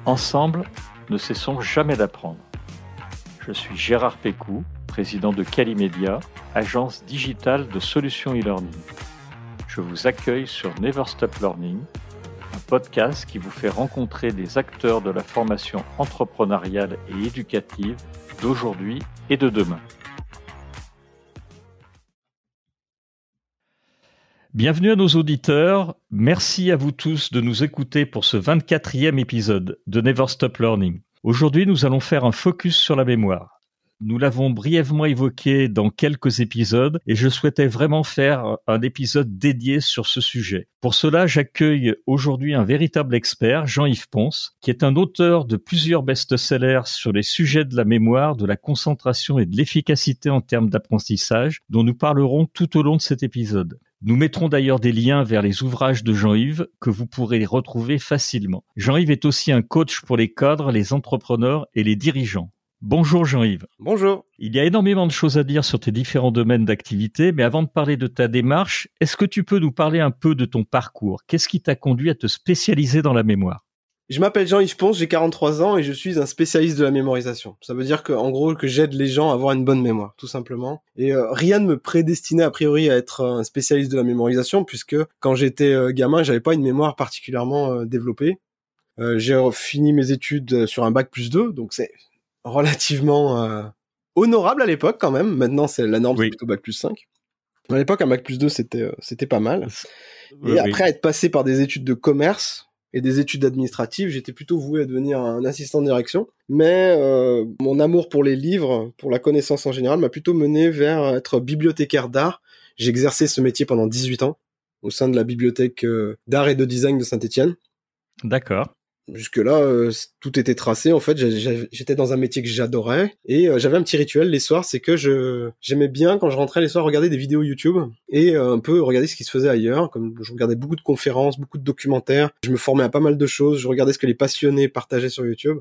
Ensemble, ne cessons jamais d'apprendre. Je suis Gérard Pécou, président de Calimedia, agence digitale de solutions e-learning. Je vous accueille sur Never Stop Learning, un podcast qui vous fait rencontrer des acteurs de la formation entrepreneuriale et éducative d'aujourd'hui et de demain. Bienvenue à nos auditeurs, merci à vous tous de nous écouter pour ce 24e épisode de Never Stop Learning. Aujourd'hui, nous allons faire un focus sur la mémoire. Nous l'avons brièvement évoqué dans quelques épisodes et je souhaitais vraiment faire un épisode dédié sur ce sujet. Pour cela, j'accueille aujourd'hui un véritable expert, Jean-Yves Ponce, qui est un auteur de plusieurs best-sellers sur les sujets de la mémoire, de la concentration et de l'efficacité en termes d'apprentissage, dont nous parlerons tout au long de cet épisode. Nous mettrons d'ailleurs des liens vers les ouvrages de Jean-Yves que vous pourrez retrouver facilement. Jean-Yves est aussi un coach pour les cadres, les entrepreneurs et les dirigeants. Bonjour Jean-Yves. Bonjour. Il y a énormément de choses à dire sur tes différents domaines d'activité, mais avant de parler de ta démarche, est-ce que tu peux nous parler un peu de ton parcours ? Qu'est-ce qui t'a conduit à te spécialiser dans la mémoire ? Je m'appelle Jean-Yves Ponce, j'ai 43 ans et je suis un spécialiste de la mémorisation. Ça veut dire qu'en gros, que j'aide les gens à avoir une bonne mémoire, tout simplement. Et rien ne me prédestinait a priori à être un spécialiste de la mémorisation, puisque quand j'étais gamin, j'avais pas une mémoire particulièrement développée. J'ai fini mes études sur un bac+2, donc c'est relativement honorable à l'époque quand même. Maintenant, c'est la norme, c'est plutôt bac+5. À l'époque, un bac+2, c'était pas mal. Et après être passé par des études de commerce et des études administratives, j'étais plutôt voué à devenir un assistant de direction. Mais mon amour pour les livres, pour la connaissance en général, m'a plutôt mené vers être bibliothécaire d'art. J'ai exercé ce métier pendant 18 ans au sein de la bibliothèque d'art et de design de Saint-Étienne. D'accord. Jusque-là, tout était tracé. En fait, j'étais dans un métier que j'adorais et j'avais un petit rituel les soirs, c'est que j'aimais bien quand je rentrais les soirs regarder des vidéos YouTube et un peu regarder ce qui se faisait ailleurs. Comme je regardais beaucoup de conférences, beaucoup de documentaires, je me formais à pas mal de choses. Je regardais ce que les passionnés partageaient sur YouTube.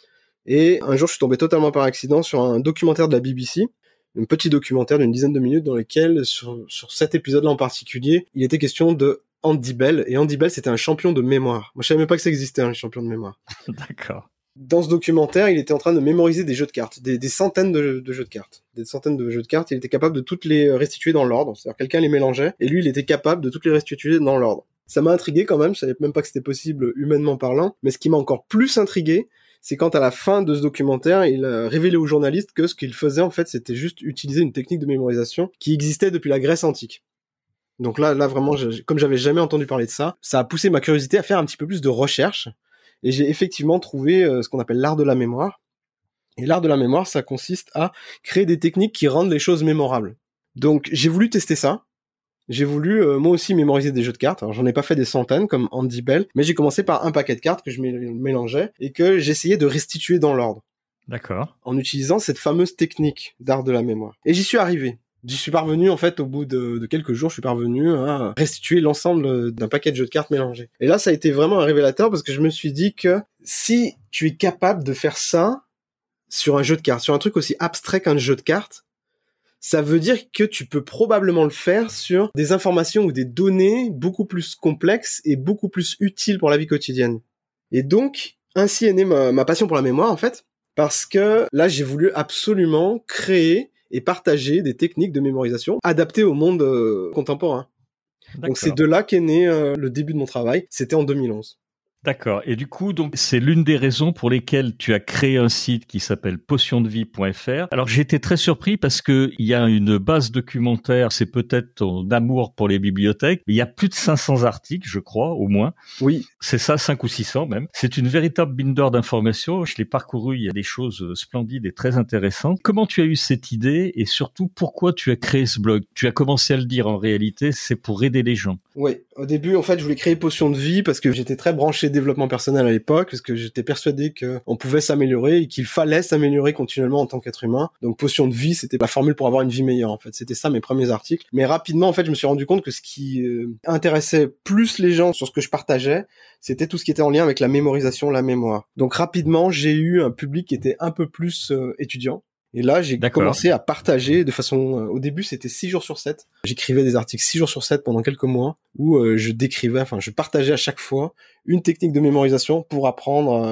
Et un jour, je suis tombé totalement par accident sur un documentaire de la BBC, un petit documentaire d'une dizaine de minutes dans lequel, sur cet épisode-là en particulier, il était question de Andy Bell, et Andy Bell, c'était un champion de mémoire. Moi, je savais même pas que ça existait, un champion de mémoire. D'accord. Dans ce documentaire, il était en train de mémoriser des jeux de cartes, des centaines de jeux de cartes. Des centaines de jeux de cartes, il était capable de toutes les restituer dans l'ordre. C'est-à-dire, quelqu'un les mélangeait, et lui, il était capable de toutes les restituer dans l'ordre. Ça m'a intrigué quand même, je savais même pas que c'était possible humainement parlant, mais ce qui m'a encore plus intrigué, c'est quand à la fin de ce documentaire, il a révélé aux journalistes que ce qu'il faisait, en fait, c'était juste utiliser une technique de mémorisation qui existait depuis la Grèce antique. Donc là vraiment, comme j'avais jamais entendu parler de ça, ça a poussé ma curiosité à faire un petit peu plus de recherche. Et j'ai effectivement trouvé ce qu'on appelle l'art de la mémoire. Et l'art de la mémoire, ça consiste à créer des techniques qui rendent les choses mémorables. Donc j'ai voulu tester ça. J'ai voulu moi aussi mémoriser des jeux de cartes. Alors j'en ai pas fait des centaines comme Andy Bell, mais j'ai commencé par un paquet de cartes que je mélangeais et que j'essayais de restituer dans l'ordre. D'accord. En utilisant cette fameuse technique d'art de la mémoire. Et j'y suis arrivé. J'y suis parvenu, en fait, au bout de quelques jours, je suis parvenu à restituer l'ensemble d'un paquet de jeux de cartes mélangés. Et là, ça a été vraiment un révélateur parce que je me suis dit que si tu es capable de faire ça sur un jeu de cartes, sur un truc aussi abstrait qu'un jeu de cartes, ça veut dire que tu peux probablement le faire sur des informations ou des données beaucoup plus complexes et beaucoup plus utiles pour la vie quotidienne. Et donc, ainsi est née ma passion pour la mémoire, en fait, parce que là, j'ai voulu absolument créer et partager des techniques de mémorisation adaptées au monde contemporain. D'accord. Donc c'est de là qu'est né le début de mon travail, c'était en 2011. D'accord. Et du coup, donc, c'est l'une des raisons pour lesquelles tu as créé un site qui s'appelle potiondevie.fr. Alors, j'ai été très surpris parce que il y a une base documentaire, c'est peut-être ton amour pour les bibliothèques, mais il y a plus de 500 articles, je crois, au moins. Oui. C'est ça, 5 ou 600 même. C'est une véritable mine d'or d'informations. Je l'ai parcouru, il y a des choses splendides et très intéressantes. Comment tu as eu cette idée et surtout, pourquoi tu as créé ce blog ? Tu as commencé à le dire en réalité, c'est pour aider les gens. Oui. Au début, en fait, je voulais créer Potion de Vie parce que j'étais très branché développement personnel à l'époque, parce que j'étais persuadé qu'on pouvait s'améliorer et qu'il fallait s'améliorer continuellement en tant qu'être humain. Donc Potion de Vie, c'était la formule pour avoir une vie meilleure, en fait. C'était ça mes premiers articles. Mais rapidement, en fait, je me suis rendu compte que ce qui intéressait plus les gens sur ce que je partageais, c'était tout ce qui était en lien avec la mémorisation, la mémoire. Donc rapidement, j'ai eu un public qui était un peu plus étudiant. Et là, j'ai commencé à partager de façon... au début, c'était 6 jours sur 7. J'écrivais des articles 6 jours sur 7 pendant quelques mois où je partageais à chaque fois une technique de mémorisation pour apprendre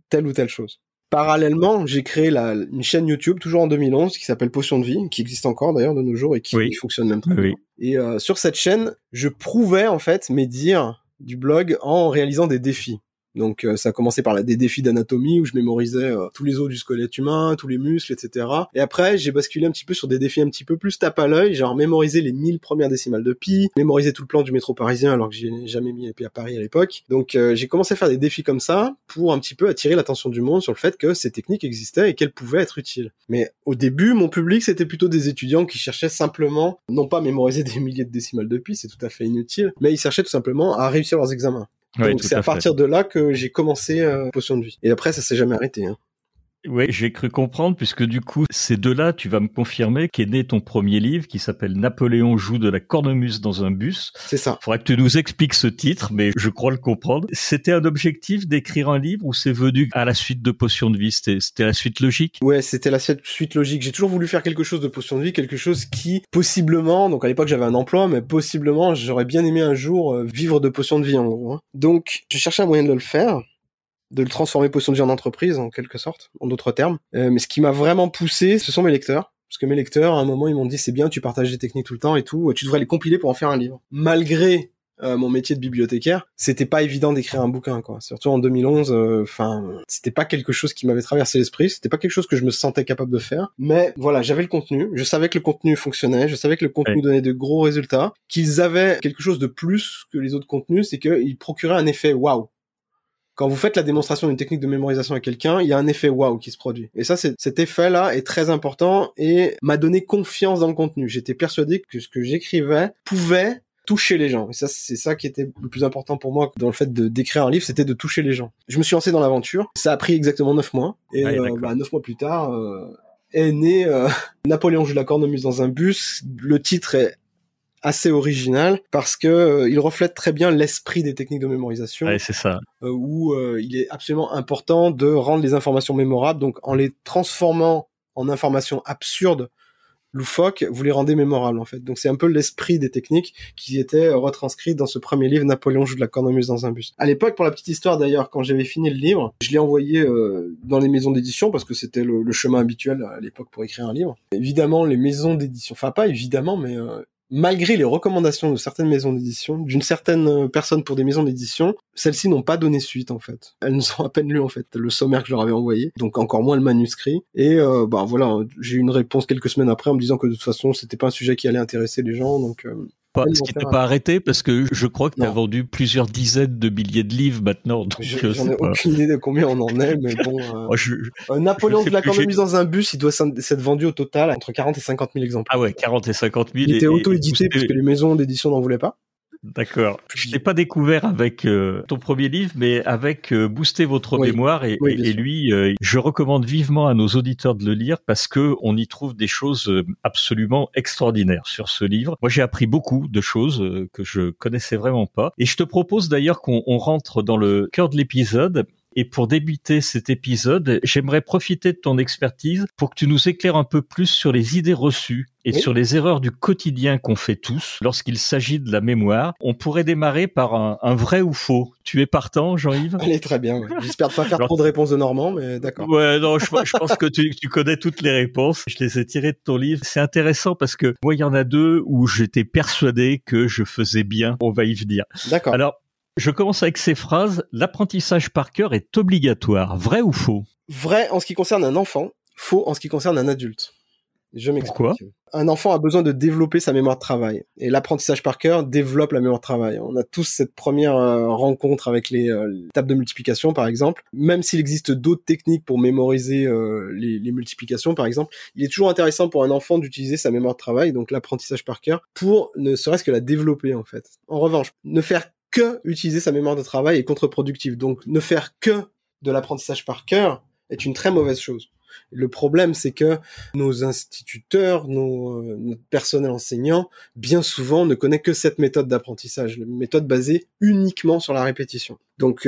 telle ou telle chose. Parallèlement, j'ai créé une chaîne YouTube, toujours en 2011, qui s'appelle Potion de Vie, qui existe encore d'ailleurs de nos jours et qui fonctionne même très bien. Et sur cette chaîne, je prouvais en fait mes dires du blog en réalisant des défis. Donc ça a commencé par des défis d'anatomie où je mémorisais tous les os du squelette humain, tous les muscles, etc. Et après, j'ai basculé un petit peu sur des défis un petit peu plus tape à l'œil, genre mémoriser les 1000 premières décimales de pi, mémoriser tout le plan du métro parisien alors que j'ai jamais mis les pieds à Paris à l'époque. Donc j'ai commencé à faire des défis comme ça pour un petit peu attirer l'attention du monde sur le fait que ces techniques existaient et qu'elles pouvaient être utiles. Mais au début, mon public, c'était plutôt des étudiants qui cherchaient simplement, non pas mémoriser des milliers de décimales de pi, c'est tout à fait inutile, mais ils cherchaient tout simplement à réussir leurs examens. Donc c'est à partir de là que j'ai commencé Potion de Vie. Et après, ça s'est jamais arrêté. Hein. Oui, j'ai cru comprendre, puisque du coup, c'est de là, tu vas me confirmer, qu'est né ton premier livre, qui s'appelle Napoléon joue de la cornemuse dans un bus. C'est ça. Faudra que tu nous expliques ce titre, mais je crois le comprendre. C'était un objectif d'écrire un livre ou c'est venu à la suite de Potion de Vie? C'était la suite logique? Ouais, c'était la suite logique. J'ai toujours voulu faire quelque chose de Potion de Vie, quelque chose qui, possiblement, donc à l'époque j'avais un emploi, mais possiblement j'aurais bien aimé un jour vivre de Potion de Vie en gros. Hein. Donc, je cherchais un moyen de le faire, de le transformer Potion de Vie en entreprise, en quelque sorte, en d'autres termes. Mais ce qui m'a vraiment poussé, ce sont mes lecteurs. Parce que mes lecteurs, à un moment, ils m'ont dit, c'est bien, tu partages des techniques tout le temps et tout, tu devrais les compiler pour en faire un livre. Malgré mon métier de bibliothécaire, c'était pas évident d'écrire un bouquin, quoi. Surtout en 2011, c'était pas quelque chose qui m'avait traversé l'esprit, c'était pas quelque chose que je me sentais capable de faire. Mais voilà, j'avais le contenu, je savais que le contenu fonctionnait, je savais que le contenu donnait de gros résultats, qu'ils avaient quelque chose de plus que les autres contenus, c'est qu'ils procuraient un effet waouh. Quand vous faites la démonstration d'une technique de mémorisation à quelqu'un, il y a un effet waouh qui se produit. Et ça, cet effet-là est très important et m'a donné confiance dans le contenu. J'étais persuadé que ce que j'écrivais pouvait toucher les gens. Et ça, c'est ça qui était le plus important pour moi dans le fait d'écrire un livre, c'était de toucher les gens. Je me suis lancé dans l'aventure. Ça a pris exactement 9 mois. Et 9 mois plus tard, est né Napoléon joue de la cornemuse dans un bus. Le titre est assez original parce que il reflète très bien l'esprit des techniques de mémorisation. Ouais, c'est ça. Où il est absolument important de rendre les informations mémorables, donc en les transformant en informations absurdes, loufoques, vous les rendez mémorables en fait. Donc c'est un peu l'esprit des techniques qui était retranscrit dans ce premier livre, Napoléon joue de la cornemuse dans un bus. À l'époque, pour la petite histoire d'ailleurs, quand j'avais fini le livre, je l'ai envoyé dans les maisons d'édition parce que c'était le chemin habituel à l'époque pour écrire un livre. Évidemment, les maisons d'édition, enfin pas évidemment, mais malgré les recommandations de certaines maisons d'édition, d'une certaine personne pour des maisons d'édition, celles-ci n'ont pas donné suite en fait. Elles nous ont à peine lu en fait le sommaire que je leur avais envoyé, donc encore moins le manuscrit. Et voilà, j'ai eu une réponse quelques semaines après en me disant que de toute façon c'était pas un sujet qui allait intéresser les gens, donc. Ce qui t'a pas arrêté, parce que je crois que tu as vendu plusieurs dizaines de milliers de livres maintenant. Donc j'en ai aucune idée de combien on en est, mais bon. Napoléon de la cornemuse dans un bus, il doit s'être vendu au total entre 40 et 50 000 exemplaires. Ah ouais, 40 et 50 000. Il était auto-édité parce que les maisons d'édition n'en voulaient pas. D'accord. Je l'ai pas découvert avec ton premier livre, mais avec Booster votre mémoire et lui, je recommande vivement à nos auditeurs de le lire parce que on y trouve des choses absolument extraordinaires sur ce livre. Moi, j'ai appris beaucoup de choses que je connaissais vraiment pas. Et je te propose d'ailleurs qu'on rentre dans le cœur de l'épisode. Et pour débuter cet épisode, j'aimerais profiter de ton expertise pour que tu nous éclaires un peu plus sur les idées reçues et sur les erreurs du quotidien qu'on fait tous lorsqu'il s'agit de la mémoire. On pourrait démarrer par un vrai ou faux. Tu es partant, Jean-Yves? Allez, très bien. Ouais. J'espère pas faire trop de réponses de Normand, mais d'accord. Ouais, non, je pense que tu connais toutes les réponses. Je les ai tirées de ton livre. C'est intéressant parce que moi, il y en a deux où j'étais persuadé que je faisais bien. On va y venir. D'accord. Alors, je commence avec ces phrases. L'apprentissage par cœur est obligatoire. Vrai ou faux? Vrai en ce qui concerne un enfant, faux en ce qui concerne un adulte. Je m'explique. Pourquoi? Un enfant a besoin de développer sa mémoire de travail. Et l'apprentissage par cœur développe la mémoire de travail. On a tous cette première rencontre avec les tables de multiplication, par exemple. Même s'il existe d'autres techniques pour mémoriser les multiplications, par exemple, il est toujours intéressant pour un enfant d'utiliser sa mémoire de travail, donc l'apprentissage par cœur, pour ne serait-ce que la développer, en fait. En revanche, ne faire que utiliser sa mémoire de travail est contre-productif. Donc, ne faire que de l'apprentissage par cœur est une très mauvaise chose. Le problème, c'est que nos instituteurs, notre personnel enseignant, bien souvent ne connaît que cette méthode d'apprentissage, une méthode basée uniquement sur la répétition. Donc,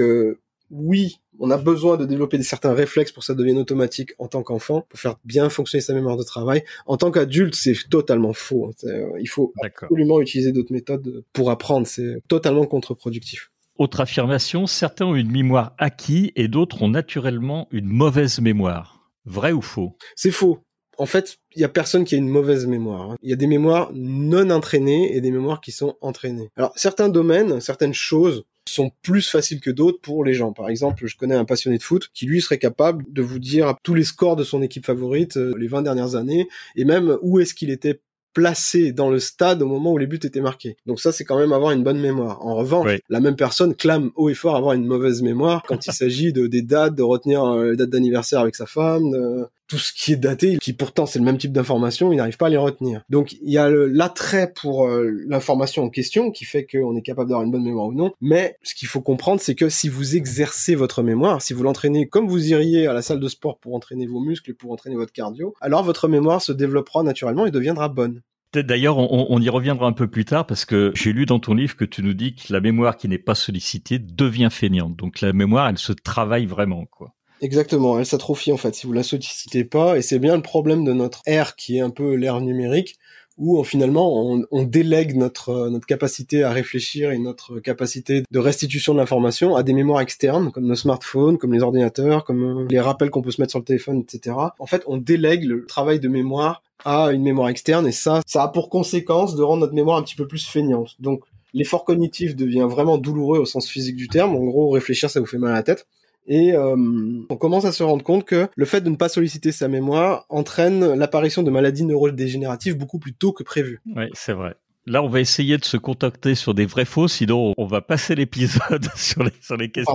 oui, on a besoin de développer certains réflexes pour que ça devienne automatique en tant qu'enfant, pour faire bien fonctionner sa mémoire de travail. En tant qu'adulte, c'est totalement faux. Il faut absolument utiliser d'autres méthodes pour apprendre. C'est totalement contre-productif. Autre affirmation, certains ont une mémoire acquise et d'autres ont naturellement une mauvaise mémoire. Vrai ou faux? C'est faux. En fait, il y a personne qui a une mauvaise mémoire. Il y a des mémoires non entraînées et des mémoires qui sont entraînées. Alors, certains domaines, certaines choses sont plus faciles que d'autres pour les gens. Par exemple, je connais un passionné de foot qui, lui, serait capable de vous dire tous les scores de son équipe favorite les 20 dernières années et même où est-ce qu'il était placé dans le stade au moment où les buts étaient marqués. Donc ça, c'est quand même avoir une bonne mémoire. En revanche, la même personne clame haut et fort avoir une mauvaise mémoire quand il s'agit des dates, de retenir les dates d'anniversaire avec sa femme, tout ce qui est daté, qui pourtant c'est le même type d'information, il n'arrive pas à les retenir. Donc il y a l'attrait pour l'information en question qui fait qu'on est capable d'avoir une bonne mémoire ou non, mais ce qu'il faut comprendre, c'est que si vous exercez votre mémoire, si vous l'entraînez comme vous iriez à la salle de sport pour entraîner vos muscles et pour entraîner votre cardio, alors votre mémoire se développera naturellement et deviendra bonne. Peut-être d'ailleurs, on y reviendra un peu plus tard parce que j'ai lu dans ton livre que tu nous dis que la mémoire qui n'est pas sollicitée devient fainéante. Donc la mémoire, elle se travaille vraiment, quoi. Exactement, elle s'atrophie en fait si vous la sollicitez pas, et c'est bien le problème de notre ère qui est un peu l'ère numérique, où finalement on délègue notre capacité à réfléchir et notre capacité de restitution de l'information à des mémoires externes, comme nos smartphones, comme les ordinateurs, comme les rappels qu'on peut se mettre sur le téléphone, etc. En fait, on délègue le travail de mémoire à une mémoire externe, et ça a pour conséquence de rendre notre mémoire un petit peu plus feignante. Donc l'effort cognitif devient vraiment douloureux au sens physique du terme. En gros, réfléchir, ça vous fait mal à la tête. Et on commence à se rendre compte que le fait de ne pas solliciter sa mémoire entraîne l'apparition de maladies neurodégénératives beaucoup plus tôt que prévu. Oui, c'est vrai. Là, on va essayer de se contacter sur des vrais faux, sinon on va passer l'épisode sur les questions.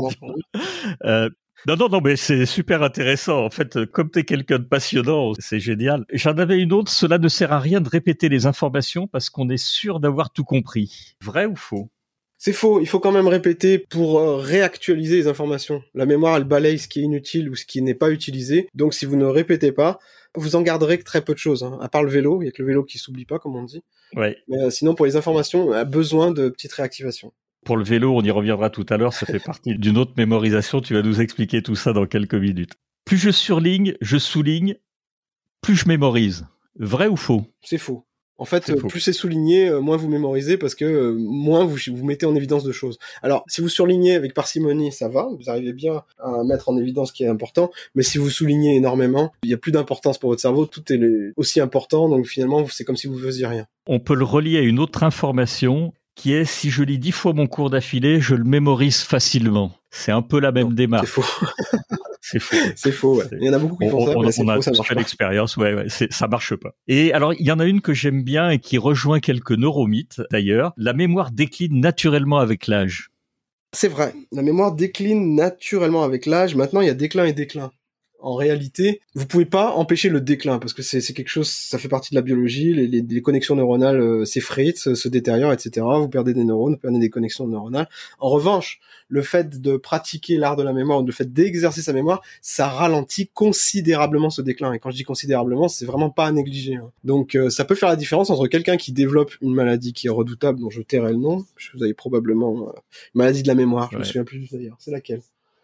Non, mais c'est super intéressant. En fait, comme tu es quelqu'un de passionnant, c'est génial. J'en avais une autre, cela ne sert à rien de répéter les informations parce qu'on est sûr d'avoir tout compris. Vrai ou faux? C'est faux, il faut quand même répéter pour réactualiser les informations. La mémoire, elle balaye ce qui est inutile ou ce qui n'est pas utilisé, donc si vous ne répétez pas, vous en garderez que très peu de choses, hein. À part le vélo, il y a que le vélo qui s'oublie pas, comme on dit. Ouais. Mais sinon, pour les informations, on a besoin de petites réactivations. Pour le vélo, on y reviendra tout à l'heure, ça fait partie d'une autre mémorisation, tu vas nous expliquer tout ça dans quelques minutes. Plus je surligne, je souligne, plus je mémorise. Vrai ou faux? C'est faux. En fait, plus c'est souligné, moins vous mémorisez parce que moins vous mettez en évidence de choses. Alors, si vous surlignez avec parcimonie, ça va, vous arrivez bien à mettre en évidence ce qui est important, mais si vous soulignez énormément, il n'y a plus d'importance pour votre cerveau, tout est aussi important, donc finalement, c'est comme si vous faisiez rien. On peut le relier à une autre information qui est, si je lis 10 fois mon cours d'affilée, je le mémorise facilement. C'est un peu la même démarche. C'est faux. C'est faux. C'est faux, ouais. Il y en a beaucoup qui font ça, mais c'est faux, ça marche pas. L'expérience, ça marche pas. Et alors, il y en a une que j'aime bien et qui rejoint quelques neuromythes, d'ailleurs. La mémoire décline naturellement avec l'âge. C'est vrai. La mémoire décline naturellement avec l'âge. Maintenant, il y a déclin et déclin. En réalité, vous pouvez pas empêcher le déclin parce que c'est quelque chose, ça fait partie de la biologie, les connexions neuronales s'effritent, se détériorent, etc. Vous perdez des neurones, vous perdez des connexions neuronales. En revanche, le fait de pratiquer l'art de la mémoire, ou le fait d'exercer sa mémoire, ça ralentit considérablement ce déclin. Et quand je dis considérablement, c'est vraiment pas à négliger, hein. Donc ça peut faire la différence entre quelqu'un qui développe une maladie qui est redoutable, dont je tairai le nom, vous avez probablement une maladie de la mémoire, je me souviens plus d'ailleurs, c'est laquelle?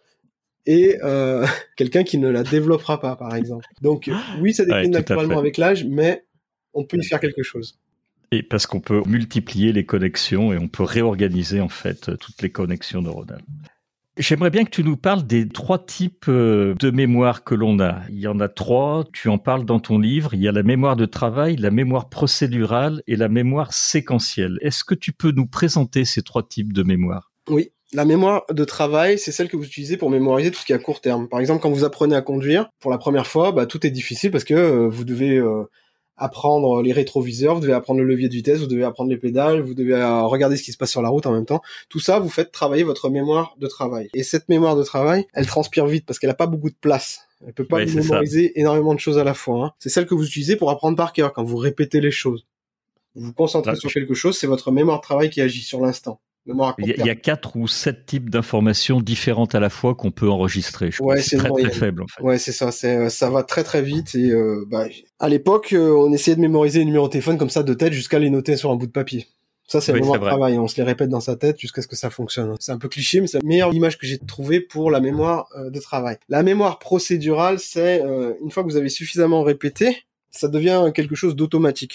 Et quelqu'un qui ne la développera pas, par exemple. Donc oui, ça décline naturellement avec l'âge, mais on peut y faire quelque chose. Et parce qu'on peut multiplier les connexions et on peut réorganiser en fait toutes les connexions neuronales. J'aimerais bien que tu nous parles des 3 types de mémoire que l'on a. Il y en a 3, tu en parles dans ton livre. Il y a la mémoire de travail, la mémoire procédurale et la mémoire séquentielle. Est-ce que tu peux nous présenter ces 3 types de mémoire? Oui. La mémoire de travail, c'est celle que vous utilisez pour mémoriser tout ce qui est à court terme. Par exemple, quand vous apprenez à conduire, pour la première fois, tout est difficile parce que vous devez apprendre les rétroviseurs, vous devez apprendre le levier de vitesse, vous devez apprendre les pédales, vous devez regarder ce qui se passe sur la route en même temps. Tout ça, vous faites travailler votre mémoire de travail. Et cette mémoire de travail, elle transpire vite parce qu'elle n'a pas beaucoup de place. Elle peut pas mémoriser énormément de choses à la fois, hein. C'est celle que vous utilisez pour apprendre par cœur, quand vous répétez les choses. Vous vous concentrez sur quelque chose, c'est votre mémoire de travail qui agit sur l'instant. Il y a 4 ou 7 types d'informations différentes à la fois qu'on peut enregistrer. C'est très faible en fait. Ouais, c'est ça. Ça va très très vite. Et à l'époque, on essayait de mémoriser les numéros de téléphone comme ça de tête jusqu'à les noter sur un bout de papier. Ça, c'est le mémoire de travail. On se les répète dans sa tête jusqu'à ce que ça fonctionne. C'est un peu cliché, mais c'est la meilleure image que j'ai trouvée pour la mémoire de travail. La mémoire procédurale, c'est une fois que vous avez suffisamment répété, ça devient quelque chose d'automatique.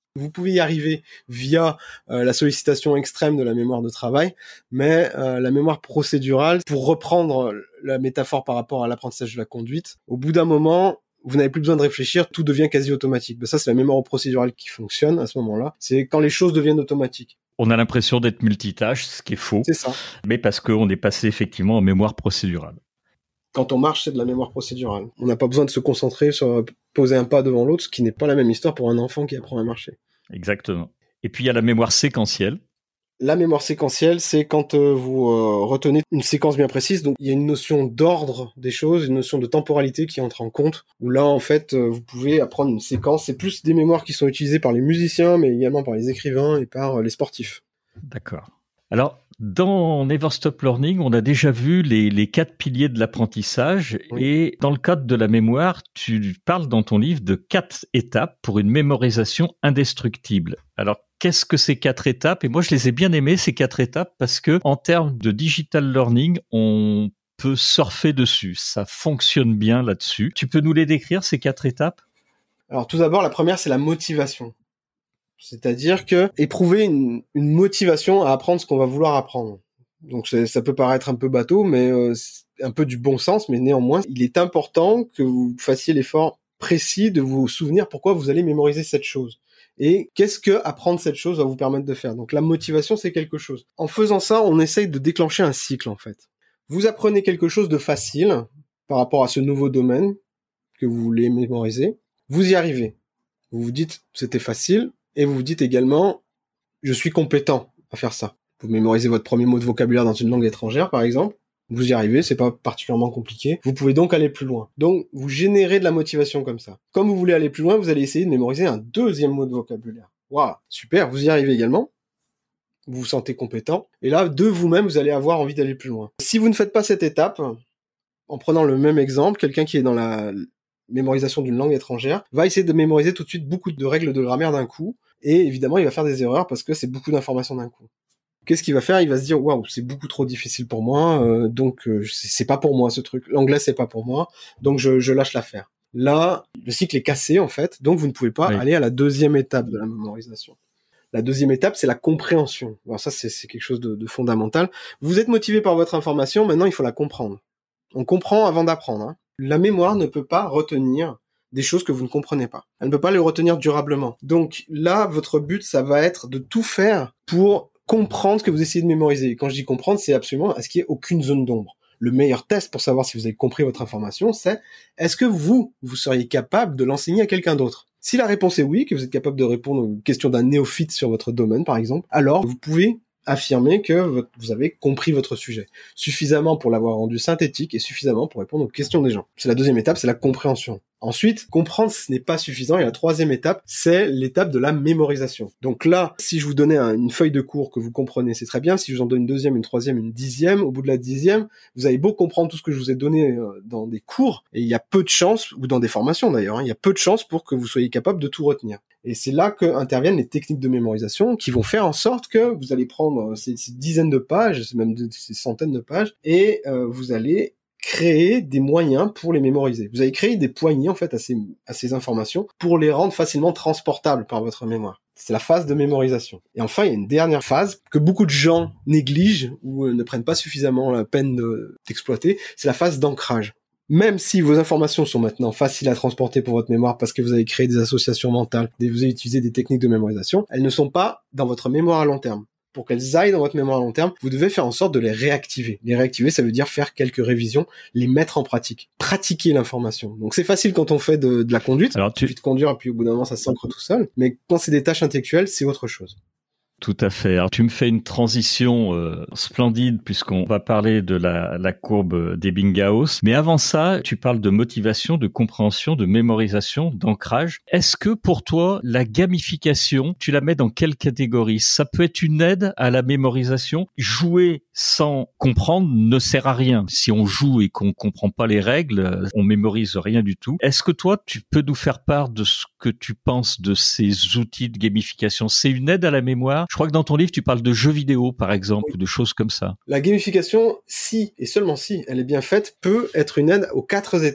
Vous pouvez y arriver via la sollicitation extrême de la mémoire de travail, mais la mémoire procédurale, pour reprendre la métaphore par rapport à l'apprentissage de la conduite, au bout d'un moment, vous n'avez plus besoin de réfléchir, tout devient quasi automatique. Ben ça, c'est la mémoire procédurale qui fonctionne à ce moment-là. C'est quand les choses deviennent automatiques. On a l'impression d'être multitâche, ce qui est faux. C'est ça. Mais parce qu'on est passé effectivement en mémoire procédurale. Quand on marche, c'est de la mémoire procédurale. On n'a pas besoin de se concentrer sur poser un pas devant l'autre, ce qui n'est pas la même histoire pour un enfant qui apprend à marcher. Exactement. Et puis il y a la mémoire séquentielle. La mémoire séquentielle, c'est quand vous retenez une séquence bien précise. Donc il y a une notion d'ordre des choses, une notion de temporalité qui entre en compte. Où là, en fait, vous pouvez apprendre une séquence. C'est plus des mémoires qui sont utilisées par les musiciens, mais également par les écrivains et par les sportifs. D'accord. Alors, dans Never Stop Learning, on a déjà vu les 4 piliers de l'apprentissage. Oui. Et dans le cadre de la mémoire, tu parles dans ton livre de 4 étapes pour une mémorisation indestructible. Alors, qu'est-ce que ces 4 étapes? Et moi, je les ai bien aimées, ces 4 étapes, parce que en termes de digital learning, on peut surfer dessus. Ça fonctionne bien là-dessus. Tu peux nous les décrire, ces 4 étapes? Alors, tout d'abord, la première, c'est la motivation. C'est-à-dire que éprouver une motivation à apprendre ce qu'on va vouloir apprendre. Donc ça peut paraître un peu bateau, mais c'est un peu du bon sens, mais néanmoins, il est important que vous fassiez l'effort précis de vous souvenir pourquoi vous allez mémoriser cette chose. Et qu'est-ce que apprendre cette chose va vous permettre de faire. Donc la motivation, c'est quelque chose. En faisant ça, on essaye de déclencher un cycle, en fait. Vous apprenez quelque chose de facile par rapport à ce nouveau domaine que vous voulez mémoriser. Vous y arrivez. Vous vous dites, c'était facile. Et vous vous dites également, je suis compétent à faire ça. Vous mémorisez votre premier mot de vocabulaire dans une langue étrangère, par exemple. Vous y arrivez, c'est pas particulièrement compliqué. Vous pouvez donc aller plus loin. Donc, vous générez de la motivation comme ça. Comme vous voulez aller plus loin, vous allez essayer de mémoriser un deuxième mot de vocabulaire. Waouh, super, vous y arrivez également. Vous vous sentez compétent. Et là, de vous-même, vous allez avoir envie d'aller plus loin. Si vous ne faites pas cette étape, en prenant le même exemple, quelqu'un qui est dans la mémorisation d'une langue étrangère va essayer de mémoriser tout de suite beaucoup de règles de grammaire d'un coup. Et évidemment, il va faire des erreurs parce que c'est beaucoup d'informations d'un coup. Qu'est-ce qu'il va faire? Il va se dire, waouh, c'est beaucoup trop difficile pour moi, donc c'est pas pour moi ce truc. L'anglais, c'est pas pour moi, donc je lâche l'affaire. Là, le cycle est cassé en fait, donc vous ne pouvez pas aller à la deuxième étape de la mémorisation. La deuxième étape, c'est la compréhension. Alors ça, c'est quelque chose de fondamental. Vous êtes motivé par votre information, maintenant il faut la comprendre. On comprend avant d'apprendre. Hein. La mémoire ne peut pas retenir des choses que vous ne comprenez pas. Elle ne peut pas les retenir durablement. Donc là, votre but, ça va être de tout faire pour comprendre ce que vous essayez de mémoriser. Et quand je dis comprendre, c'est absolument à ce qu'il n'y ait aucune zone d'ombre. Le meilleur test pour savoir si vous avez compris votre information, c'est est-ce que vous seriez capable de l'enseigner à quelqu'un d'autre? Si la réponse est oui, que vous êtes capable de répondre aux questions d'un néophyte sur votre domaine, par exemple, alors vous pouvez affirmer que vous avez compris votre sujet. Suffisamment pour l'avoir rendu synthétique et suffisamment pour répondre aux questions des gens. C'est la deuxième étape, c'est la compréhension. Ensuite, comprendre, ce n'est pas suffisant. Et la troisième étape, c'est l'étape de la mémorisation. Donc là, si je vous donnais une feuille de cours que vous comprenez, c'est très bien. Si je vous en donne une deuxième, une troisième, une 10e, au bout de la 10e, vous avez beau comprendre tout ce que je vous ai donné dans des cours, et il y a peu de chances, ou dans des formations d'ailleurs, il y a peu de chances pour que vous soyez capable de tout retenir. Et c'est là que interviennent les techniques de mémorisation qui vont faire en sorte que vous allez prendre ces dizaines de pages, même ces centaines de pages, et vous allez créer des moyens pour les mémoriser. Vous allez créer des poignées en fait à ces informations pour les rendre facilement transportables par votre mémoire. C'est la phase de mémorisation. Et enfin, il y a une dernière phase que beaucoup de gens négligent ou ne prennent pas suffisamment la peine d'exploiter, c'est la phase d'ancrage. Même si vos informations sont maintenant faciles à transporter pour votre mémoire parce que vous avez créé des associations mentales, vous avez utilisé des techniques de mémorisation, elles ne sont pas dans votre mémoire à long terme. Pour qu'elles aillent dans votre mémoire à long terme, vous devez faire en sorte de les réactiver. Les réactiver, ça veut dire faire quelques révisions, les mettre en pratique, pratiquer l'information. Donc c'est facile quand on fait de la conduite, il suffit de conduire et puis au bout d'un moment ça s'ancre tout seul, mais quand c'est des tâches intellectuelles, c'est autre chose. Tout à fait. Alors, tu me fais une transition splendide puisqu'on va parler de la courbe d'Ebbinghaus. Mais avant ça, tu parles de motivation, de compréhension, de mémorisation, d'ancrage. Est-ce que pour toi, la gamification, tu la mets dans quelle catégorie? Ça peut être une aide à la mémorisation. Jouer sans comprendre ne sert à rien. Si on joue et qu'on comprend pas les règles, on mémorise rien du tout. Est-ce que toi, tu peux nous faire part de ce que tu penses de ces outils de gamification? C'est une aide à la mémoire? Je crois que dans ton livre, tu parles de jeux vidéo, par exemple, ou de choses comme ça. La gamification, si, et seulement si, elle est bien faite, peut être une aide aux 4 étapes.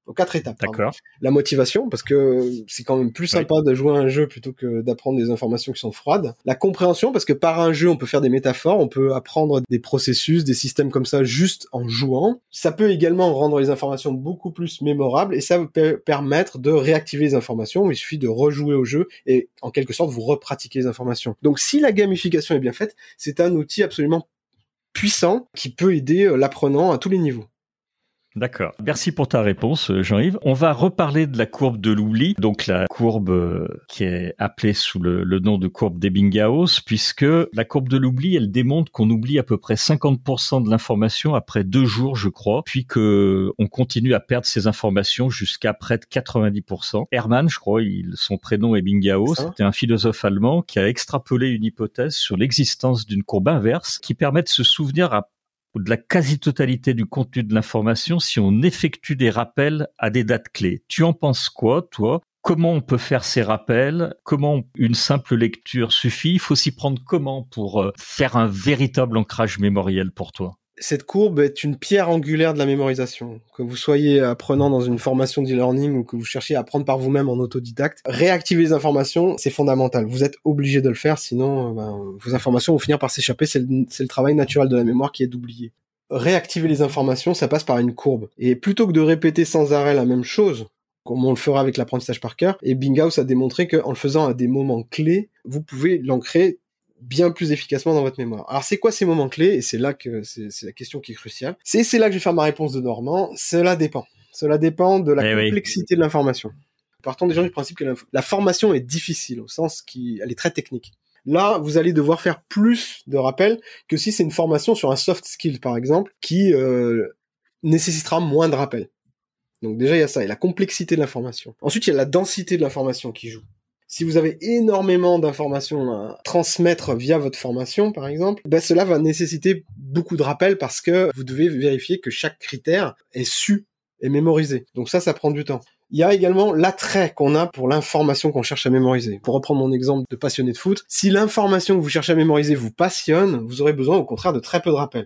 aux 4 étapes. D'accord. La motivation, parce que c'est quand même plus sympa de jouer à un jeu plutôt que d'apprendre des informations qui sont froides. La compréhension, parce que par un jeu, on peut faire des métaphores, on peut apprendre des processus, des systèmes comme ça juste en jouant. Ça peut également rendre les informations beaucoup plus mémorables et ça peut permettre de réactiver les informations. Il suffit de rejouer au jeu et en quelque sorte vous repratiquez les informations. Donc si la gamification est bien faite, c'est un outil absolument puissant qui peut aider l'apprenant à tous les niveaux. D'accord. Merci pour ta réponse, Jean-Yves. On va reparler de la courbe de l'oubli, donc la courbe qui est appelée sous le nom de courbe d'Ebbinghaus, puisque la courbe de l'oubli, elle démontre qu'on oublie à peu près 50% de l'information après 2 jours, je crois, puis que on continue à perdre ces informations jusqu'à près de 90%. Hermann, je crois, son prénom Ebbinghaus, c'était un philosophe allemand qui a extrapolé une hypothèse sur l'existence d'une courbe inverse qui permet de se souvenir de la quasi-totalité du contenu de l'information si on effectue des rappels à des dates clés. Tu en penses quoi, toi ? Comment on peut faire ces rappels ? Comment une simple lecture suffit ? Il faut s'y prendre comment pour faire un véritable ancrage mémoriel pour toi ? Cette courbe est une pierre angulaire de la mémorisation. Que vous soyez apprenant dans une formation d'e-learning ou que vous cherchiez à apprendre par vous-même en autodidacte, réactiver les informations, c'est fondamental. Vous êtes obligé de le faire, sinon vos informations vont finir par s'échapper. C'est le travail naturel de la mémoire qui est d'oublier. Réactiver les informations, ça passe par une courbe. Et plutôt que de répéter sans arrêt la même chose, comme on le fera avec l'apprentissage par cœur, et Ebbinghaus a démontré qu'en le faisant à des moments clés, vous pouvez l'ancrer bien plus efficacement dans votre mémoire. Alors c'est quoi ces moments clés ? Et c'est là que c'est la question qui est cruciale. C'est là que je vais faire ma réponse de Normand. Cela dépend. Cela dépend de la complexité de l'information. Partons déjà du principe que la formation est difficile, au sens qu'elle est très technique. Là, vous allez devoir faire plus de rappels que si c'est une formation sur un soft skill, par exemple, qui nécessitera moins de rappels. Donc déjà, il y a ça, il y a la complexité de l'information. Ensuite, il y a la densité de l'information qui joue. Si vous avez énormément d'informations à transmettre via votre formation, par exemple, cela va nécessiter beaucoup de rappels parce que vous devez vérifier que chaque critère est su et mémorisé. Donc ça prend du temps. Il y a également l'attrait qu'on a pour l'information qu'on cherche à mémoriser. Pour reprendre mon exemple de passionné de foot, si l'information que vous cherchez à mémoriser vous passionne, vous aurez besoin au contraire de très peu de rappels.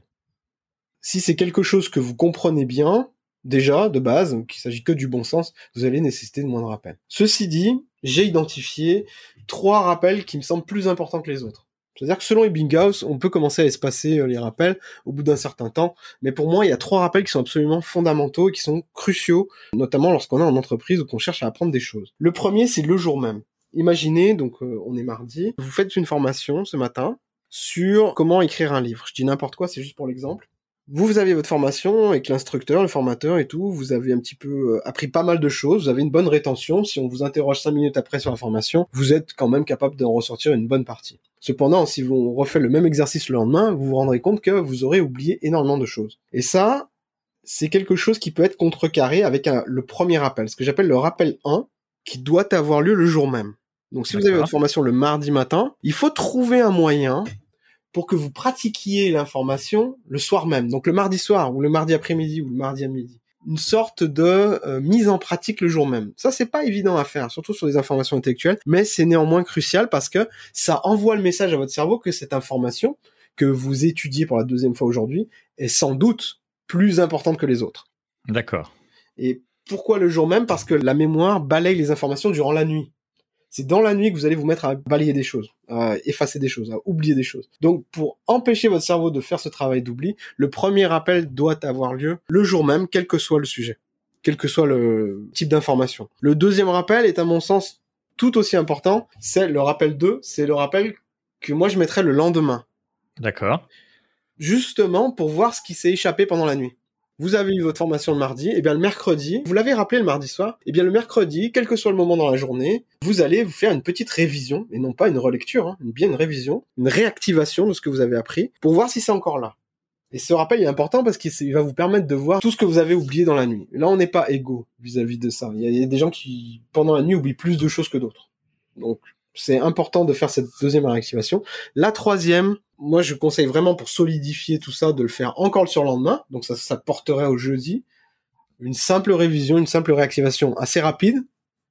Si c'est quelque chose que vous comprenez bien, déjà, de base, qu'il s'agit que du bon sens, vous allez nécessiter de moins de rappels. Ceci dit, j'ai identifié 3 rappels qui me semblent plus importants que les autres. C'est-à-dire que selon Ebbinghaus, on peut commencer à espacer les rappels au bout d'un certain temps, mais pour moi, il y a 3 rappels qui sont absolument fondamentaux et qui sont cruciaux, notamment lorsqu'on est en entreprise ou qu'on cherche à apprendre des choses. Le premier, c'est le jour même. Imaginez, donc on est mardi, vous faites une formation ce matin sur comment écrire un livre. Je dis n'importe quoi, c'est juste pour l'exemple. Vous avez votre formation avec l'instructeur, le formateur et tout, vous avez un petit peu appris pas mal de choses, vous avez une bonne rétention, si on vous interroge 5 minutes après sur la formation, vous êtes quand même capable d'en ressortir une bonne partie. Cependant, si on refait le même exercice le lendemain, vous vous rendrez compte que vous aurez oublié énormément de choses. Et ça, c'est quelque chose qui peut être contrecarré avec le premier rappel, ce que j'appelle le rappel 1, qui doit avoir lieu le jour même. Donc si vous avez votre formation le mardi matin, il faut trouver un moyen pour que vous pratiquiez l'information le soir même, donc le mardi soir, ou le mardi après-midi, ou le mardi à midi. Une sorte de mise en pratique le jour même. Ça, c'est pas évident à faire, surtout sur des informations intellectuelles, mais c'est néanmoins crucial parce que ça envoie le message à votre cerveau que cette information que vous étudiez pour la 2e fois aujourd'hui est sans doute plus importante que les autres. D'accord. Et pourquoi le jour même ? Parce que la mémoire balaye les informations durant la nuit. C'est dans la nuit que vous allez vous mettre à balayer des choses, à effacer des choses, à oublier des choses. Donc, pour empêcher votre cerveau de faire ce travail d'oubli, le premier rappel doit avoir lieu le jour même, quel que soit le sujet, quel que soit le type d'information. Le deuxième rappel est, à mon sens, tout aussi important. C'est le rappel 2, c'est le rappel que moi je mettrais le lendemain. D'accord. Justement, pour voir ce qui s'est échappé pendant la nuit. Vous avez eu votre formation le mardi, et bien le mercredi, vous l'avez rappelé le mardi soir, et bien le mercredi, quel que soit le moment dans la journée, vous allez vous faire une petite révision, et non pas une relecture, bien une révision, une réactivation de ce que vous avez appris, pour voir si c'est encore là. Et ce rappel est important parce qu'il va vous permettre de voir tout ce que vous avez oublié dans la nuit. Là, on n'est pas égaux vis-à-vis de ça. Il y a des gens qui, pendant la nuit, oublient plus de choses que d'autres. Donc, c'est important de faire cette deuxième réactivation. La troisième, moi, je conseille vraiment pour solidifier tout ça de le faire encore le surlendemain. Donc, ça porterait au jeudi. Une simple révision, une simple réactivation assez rapide.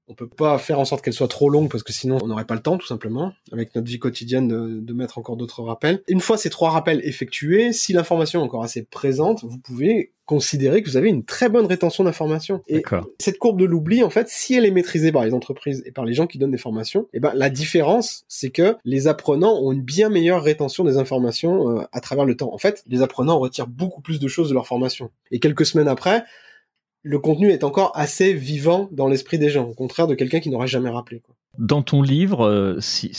On peut pas faire en sorte qu'elle soit trop longue parce que sinon on n'aurait pas le temps, tout simplement, avec notre vie quotidienne, de mettre encore d'autres rappels. Une fois ces 3 rappels effectués, si l'information est encore assez présente, vous pouvez considérer que vous avez une très bonne rétention d'informations. Et cette courbe de l'oubli, en fait, si elle est maîtrisée par les entreprises et par les gens qui donnent des formations, la différence, c'est que les apprenants ont une bien meilleure rétention des informations à travers le temps. En fait, les apprenants retirent beaucoup plus de choses de leur formation. Et quelques semaines après, le contenu est encore assez vivant dans l'esprit des gens, au contraire de quelqu'un qui n'aurait jamais rappelé, quoi. Dans ton livre,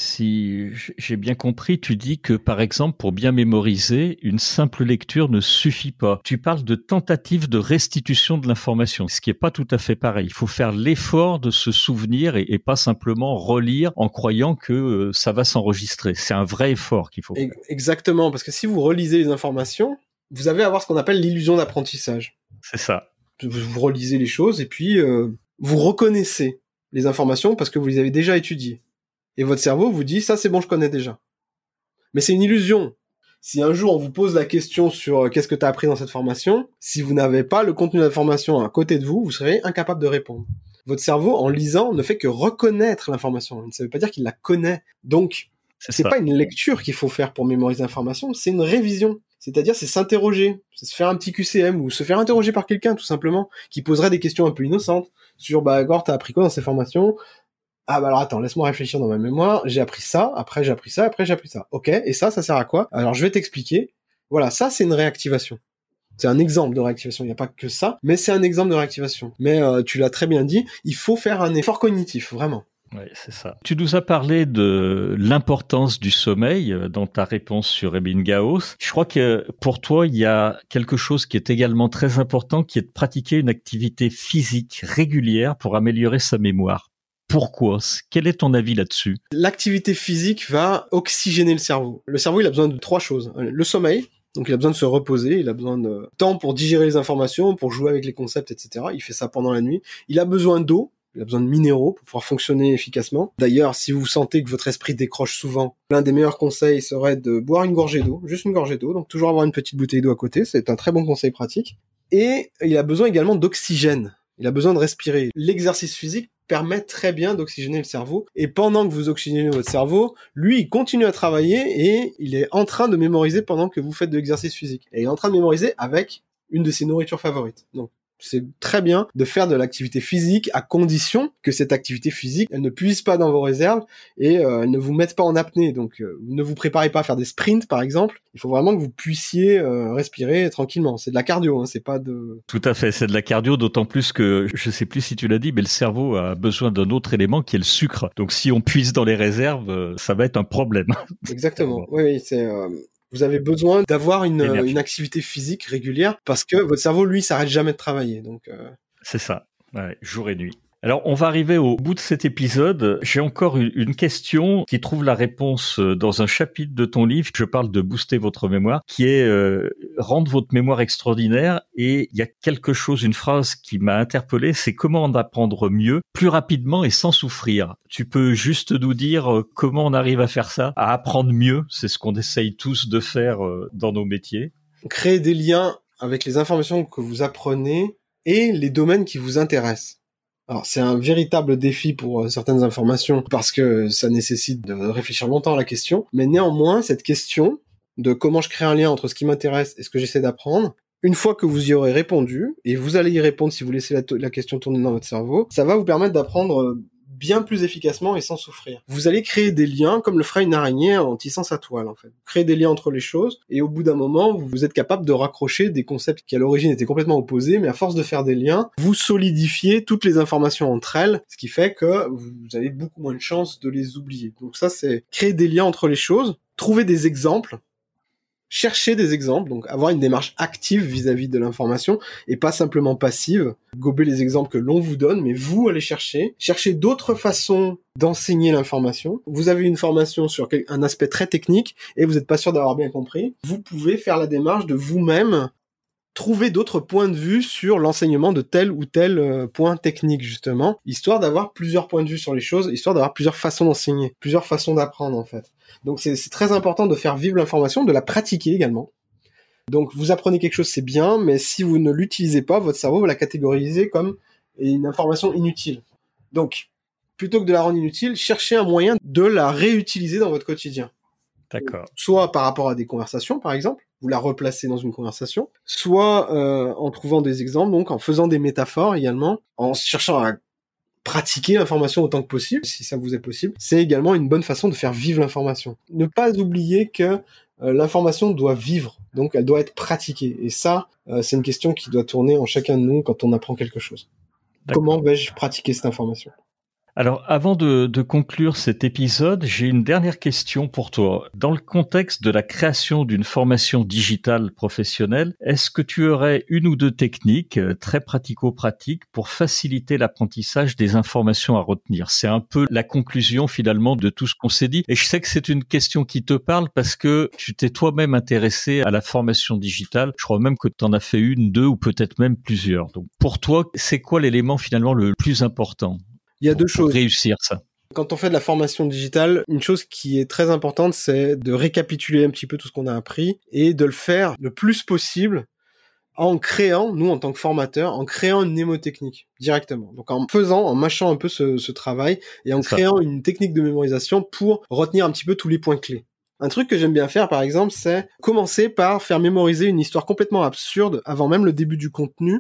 si j'ai bien compris, tu dis que, par exemple, pour bien mémoriser, une simple lecture ne suffit pas. Tu parles de tentative de restitution de l'information, ce qui est pas tout à fait pareil. Il faut faire l'effort de se souvenir et pas simplement relire en croyant que ça va s'enregistrer. C'est un vrai effort qu'il faut faire. Exactement, parce que si vous relisez les informations, vous avez à avoir ce qu'on appelle l'illusion d'apprentissage. C'est ça. Vous relisez les choses et puis vous reconnaissez les informations parce que vous les avez déjà étudiées. Et votre cerveau vous dit, ça c'est bon, je connais déjà. Mais c'est une illusion. Si un jour on vous pose la question sur qu'est-ce que tu as appris dans cette formation, si vous n'avez pas le contenu de l'information à côté de vous, vous serez incapable de répondre. Votre cerveau, en lisant, ne fait que reconnaître l'information. Ça ne veut pas dire qu'il la connaît. Donc, c'est pas une lecture qu'il faut faire pour mémoriser l'information, c'est une révision. C'est-à-dire, c'est s'interroger, c'est se faire un petit QCM ou se faire interroger par quelqu'un, tout simplement, qui poserait des questions un peu innocentes sur, Gord, t'as appris quoi dans ces formations? Alors attends, laisse-moi réfléchir dans ma mémoire, j'ai appris ça, après j'ai appris ça, après j'ai appris ça. Ok, et ça sert à quoi? Alors je vais t'expliquer. Voilà, ça c'est une réactivation. C'est un exemple de réactivation, il n'y a pas que ça, mais c'est un exemple de réactivation. Mais tu l'as très bien dit, il faut faire un effort cognitif, vraiment. Oui, c'est ça. Tu nous as parlé de l'importance du sommeil dans ta réponse sur Ebbinghaus. Je crois que pour toi, il y a quelque chose qui est également très important, qui est de pratiquer une activité physique régulière pour améliorer sa mémoire. Pourquoi? Quel est ton avis là-dessus? L'activité physique va oxygéner le cerveau. Le cerveau, il a besoin de 3 choses. Le sommeil, donc il a besoin de se reposer, il a besoin de temps pour digérer les informations, pour jouer avec les concepts, etc. Il fait ça pendant la nuit. Il a besoin d'eau. Il a besoin de minéraux pour pouvoir fonctionner efficacement. D'ailleurs, si vous sentez que votre esprit décroche souvent, l'un des meilleurs conseils serait de boire une gorgée d'eau, juste une gorgée d'eau, donc toujours avoir une petite bouteille d'eau à côté, c'est un très bon conseil pratique. Et il a besoin également d'oxygène, il a besoin de respirer. L'exercice physique permet très bien d'oxygéner le cerveau, et pendant que vous oxygénez votre cerveau, lui, il continue à travailler et il est en train de mémoriser pendant que vous faites de l'exercice physique. Et il est en train de mémoriser avec une de ses nourritures favorites. Donc, c'est très bien de faire de l'activité physique à condition que cette activité physique, elle ne puise pas dans vos réserves et ne vous mette pas en apnée. Donc, ne vous préparez pas à faire des sprints, par exemple. Il faut vraiment que vous puissiez respirer tranquillement. C'est de la cardio, hein, c'est pas de... Tout à fait, c'est de la cardio, d'autant plus que, je sais plus si tu l'as dit, mais le cerveau a besoin d'un autre élément qui est le sucre. Donc, si on puise dans les réserves, ça va être un problème. Exactement. Oui, c'est... Vous avez besoin d'avoir une activité physique régulière parce que votre cerveau, lui, s'arrête jamais de travailler. Donc, c'est ça, ouais, jour et nuit. Alors, on va arriver au bout de cet épisode. J'ai encore une question qui trouve la réponse dans un chapitre de ton livre. Je parle de booster votre mémoire, qui est rendre votre mémoire extraordinaire. Et il y a quelque chose, une phrase qui m'a interpellé, c'est comment en apprendre mieux, plus rapidement et sans souffrir. Tu peux juste nous dire comment on arrive à faire ça, à apprendre mieux. C'est ce qu'on essaye tous de faire dans nos métiers. Créer des liens avec les informations que vous apprenez et les domaines qui vous intéressent. Alors, c'est un véritable défi pour certaines informations parce que ça nécessite de réfléchir longtemps à la question. Mais néanmoins, cette question de comment je crée un lien entre ce qui m'intéresse et ce que j'essaie d'apprendre, une fois que vous y aurez répondu, et vous allez y répondre si vous laissez la question tourner dans votre cerveau, ça va vous permettre d'apprendre bien plus efficacement et sans souffrir. Vous allez créer des liens comme le ferait une araignée en tissant sa toile, en fait. Créer des liens entre les choses, et au bout d'un moment, vous êtes capable de raccrocher des concepts qui à l'origine étaient complètement opposés, mais à force de faire des liens, vous solidifiez toutes les informations entre elles, ce qui fait que vous avez beaucoup moins de chances de les oublier. Donc ça, c'est créer des liens entre les choses, trouver des exemples, chercher des exemples, donc avoir une démarche active vis-à-vis de l'information et pas simplement passive, gober les exemples que l'on vous donne, mais vous allez chercher d'autres façons d'enseigner l'information. Vous avez une formation sur un aspect très technique et vous n'êtes pas sûr d'avoir bien compris. Vous pouvez faire la démarche de vous-même trouver d'autres points de vue sur l'enseignement de tel ou tel point technique, justement, histoire d'avoir plusieurs points de vue sur les choses, histoire d'avoir plusieurs façons d'enseigner, plusieurs façons d'apprendre, en fait. Donc c'est très important de faire vivre l'information, de la pratiquer également. Donc vous apprenez quelque chose, c'est bien, mais si vous ne l'utilisez pas, votre cerveau va la catégoriser comme une information inutile. Donc plutôt que de la rendre inutile, cherchez un moyen de la réutiliser dans votre quotidien. D'accord. Soit par rapport à des conversations, par exemple, vous la replacez dans une conversation, soit en trouvant des exemples, donc en faisant des métaphores également, en cherchant à pratiquer l'information autant que possible, si ça vous est possible. C'est également une bonne façon de faire vivre l'information. Ne pas oublier que l'information doit vivre, donc elle doit être pratiquée. Et ça, c'est une question qui doit tourner en chacun de nous quand on apprend quelque chose. D'accord. Comment vais-je pratiquer cette information ? Alors, avant de conclure cet épisode, j'ai une dernière question pour toi. Dans le contexte de la création d'une formation digitale professionnelle, est-ce que tu aurais une ou deux techniques très pratico-pratiques pour faciliter l'apprentissage des informations à retenir ? C'est un peu la conclusion finalement de tout ce qu'on s'est dit. Et je sais que c'est une question qui te parle parce que tu t'es toi-même intéressé à la formation digitale. Je crois même que tu en as fait une, deux ou peut-être même plusieurs. Donc, pour toi, c'est quoi l'élément finalement le plus important ? Il y a deux choses. Pour réussir ça. Quand on fait de la formation digitale, une chose qui est très importante, c'est de récapituler un petit peu tout ce qu'on a appris et de le faire le plus possible en créant, nous en tant que formateurs, en créant une mnémotechnique directement. Donc en mâchant un peu ce travail et en créant une technique de mémorisation pour retenir un petit peu tous les points clés. Un truc que j'aime bien faire, par exemple, c'est commencer par faire mémoriser une histoire complètement absurde avant même le début du contenu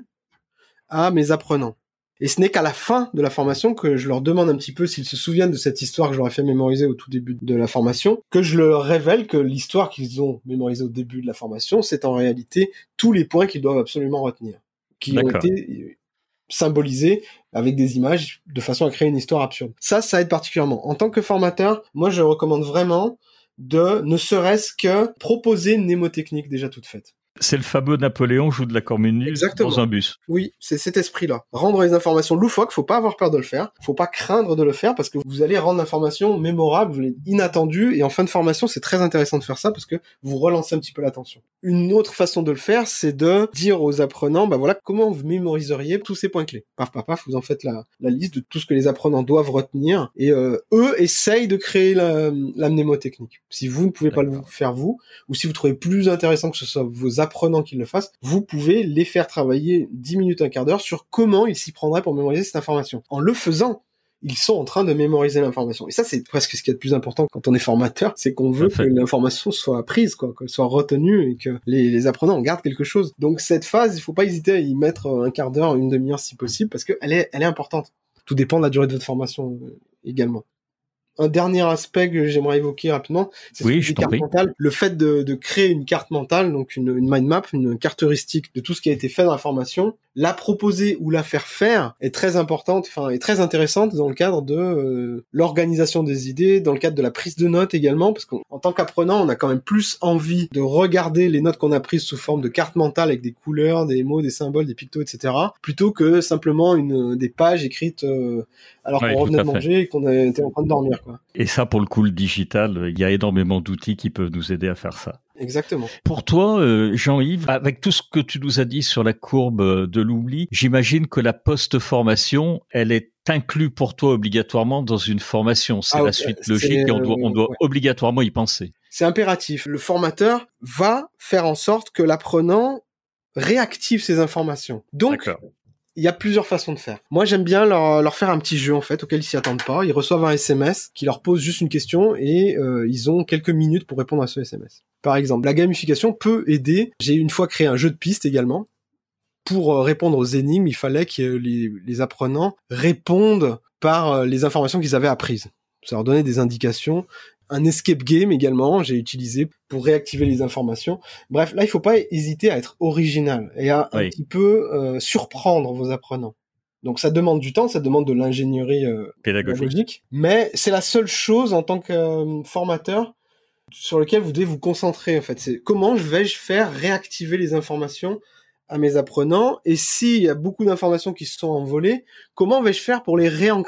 à mes apprenants. Et ce n'est qu'à la fin de la formation que je leur demande un petit peu s'ils se souviennent de cette histoire que je leur ai fait mémoriser au tout début de la formation, que je leur révèle que l'histoire qu'ils ont mémorisée au début de la formation, c'est en réalité tous les points qu'ils doivent absolument retenir, qui ont été symbolisés avec des images de façon à créer une histoire absurde. Ça aide particulièrement. En tant que formateur, moi je recommande vraiment de ne serait-ce que proposer une mnémotechnique déjà toute faite. C'est le fameux Napoléon joue de la cornemuse dans un bus. Oui, c'est cet esprit-là. Rendre les informations loufoques, faut pas avoir peur de le faire. Faut pas craindre de le faire parce que vous allez rendre l'information mémorable, inattendue. Et en fin de formation, c'est très intéressant de faire ça parce que vous relancez un petit peu l'attention. Une autre façon de le faire, c'est de dire aux apprenants, bah voilà, comment vous mémoriseriez tous ces points clés. Paf, paf, paf, vous en faites la liste de tout ce que les apprenants doivent retenir. Et eux essayent de créer la mnémotechnique. Si vous ne pouvez pas le faire vous, ou si vous trouvez plus intéressant que ce soit vos apprenants qui le fassent, vous pouvez les faire travailler 10 minutes, un quart d'heure sur comment ils s'y prendraient pour mémoriser cette information. En le faisant, ils sont en train de mémoriser l'information. Et ça, c'est presque ce qui est le plus important quand on est formateur, c'est qu'on veut que l'information soit apprise, quoi, qu'elle soit retenue et que les apprenants en gardent quelque chose. Donc cette phase, il faut pas hésiter à y mettre un quart d'heure, une demi-heure si possible, parce qu'elle est importante. Tout dépend de la durée de votre formation également. Un dernier aspect que j'aimerais évoquer rapidement, c'est celui des cartes mentales. Le fait de créer une carte mentale, donc une mind map, une carte heuristique de tout ce qui a été fait dans la formation, la proposer ou la faire faire est très importante, est très intéressante dans le cadre de l'organisation des idées, dans le cadre de la prise de notes également, parce qu'en tant qu'apprenant, on a quand même plus envie de regarder les notes qu'on a prises sous forme de carte mentale avec des couleurs, des mots, des symboles, des pictos, etc., plutôt que simplement des pages écrites alors qu'on revenait de manger et qu'on était en train de dormir, quoi. Et ça, pour le coup, le digital, il y a énormément d'outils qui peuvent nous aider à faire ça. Exactement. Pour toi, Jean-Yves, avec tout ce que tu nous as dit sur la courbe de l'oubli, j'imagine que la post-formation, elle est inclue pour toi obligatoirement dans une formation. C'est la suite logique et on doit obligatoirement y penser. C'est impératif. Le formateur va faire en sorte que l'apprenant réactive ses informations. Donc, il y a plusieurs façons de faire. Moi, j'aime bien leur faire un petit jeu, en fait, auquel ils s'y attendent pas. Ils reçoivent un SMS qui leur pose juste une question et ils ont quelques minutes pour répondre à ce SMS. Par exemple, la gamification peut aider. J'ai une fois créé un jeu de pistes également. Pour répondre aux énigmes, il fallait que les apprenants répondent par les informations qu'ils avaient apprises. Ça leur donnait des indications. Un escape game également, j'ai utilisé pour réactiver les informations. Bref, là, il faut pas hésiter à être original et à un petit peu surprendre vos apprenants. Donc, ça demande du temps, ça demande de l'ingénierie pédagogique, mais c'est la seule chose en tant que formateur sur lequel vous devez vous concentrer, en fait. C'est comment vais-je faire réactiver les informations à mes apprenants, et s'il y a beaucoup d'informations qui se sont envolées, comment vais-je faire pour les réancrer ?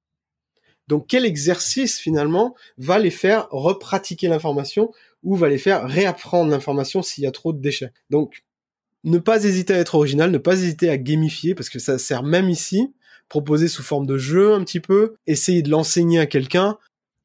Donc, quel exercice, finalement, va les faire repratiquer l'information ou va les faire réapprendre l'information s'il y a trop de déchets ? Donc, ne pas hésiter à être original, ne pas hésiter à gamifier, parce que ça sert même ici, proposer sous forme de jeu un petit peu, essayer de l'enseigner à quelqu'un.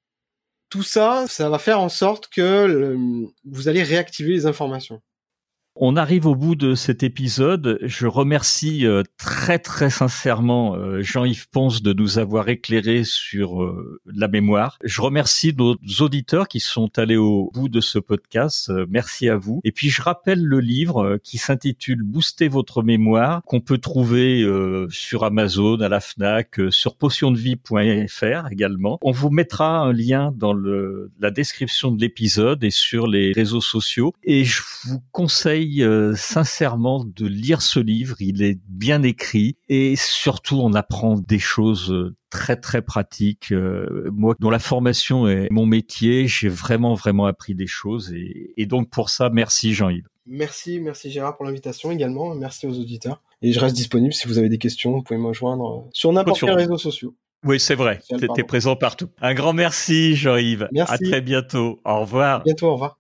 Tout ça, ça va faire en sorte que vous allez réactiver les informations. On arrive au bout de cet épisode. Je remercie très très sincèrement Jean-Yves Ponce de nous avoir éclairé sur la mémoire. Je remercie nos auditeurs qui sont allés au bout de ce podcast. Merci à vous. Et puis je rappelle le livre qui s'intitule Booster votre mémoire, qu'on peut trouver sur Amazon, à la Fnac, sur potiondevie.fr également. On vous mettra un lien dans la description de l'épisode et sur les réseaux sociaux. Et je vous conseille sincèrement de lire ce livre. Il est bien écrit et surtout on apprend des choses très très pratiques. Moi, dont la formation est mon métier, j'ai vraiment appris des choses et donc pour ça, merci Jean-Yves. Merci Gérard pour l'invitation également. Merci aux auditeurs. Et je reste disponible si vous avez des questions. Vous pouvez me rejoindre sur n'importe quel réseau social. Oui, c'est vrai. Tu étais présent partout. Un grand merci Jean-Yves. Merci. À très bientôt. Au revoir. À bientôt, au revoir.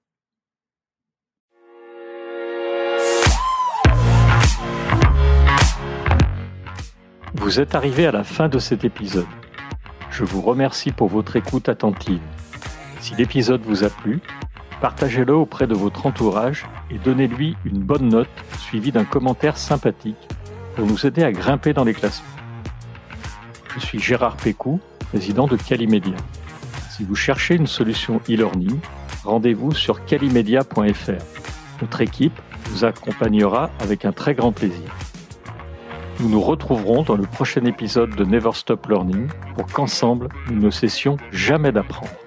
Vous êtes arrivé à la fin de cet épisode. Je vous remercie pour votre écoute attentive. Si l'épisode vous a plu, partagez-le auprès de votre entourage et donnez-lui une bonne note suivie d'un commentaire sympathique pour nous aider à grimper dans les classements. Je suis Gérard Pécou, président de Calimedia. Si vous cherchez une solution e-learning, rendez-vous sur calimedia.fr. Notre équipe vous accompagnera avec un très grand plaisir. Nous nous retrouverons dans le prochain épisode de Never Stop Learning pour qu'ensemble, nous ne cessions jamais d'apprendre.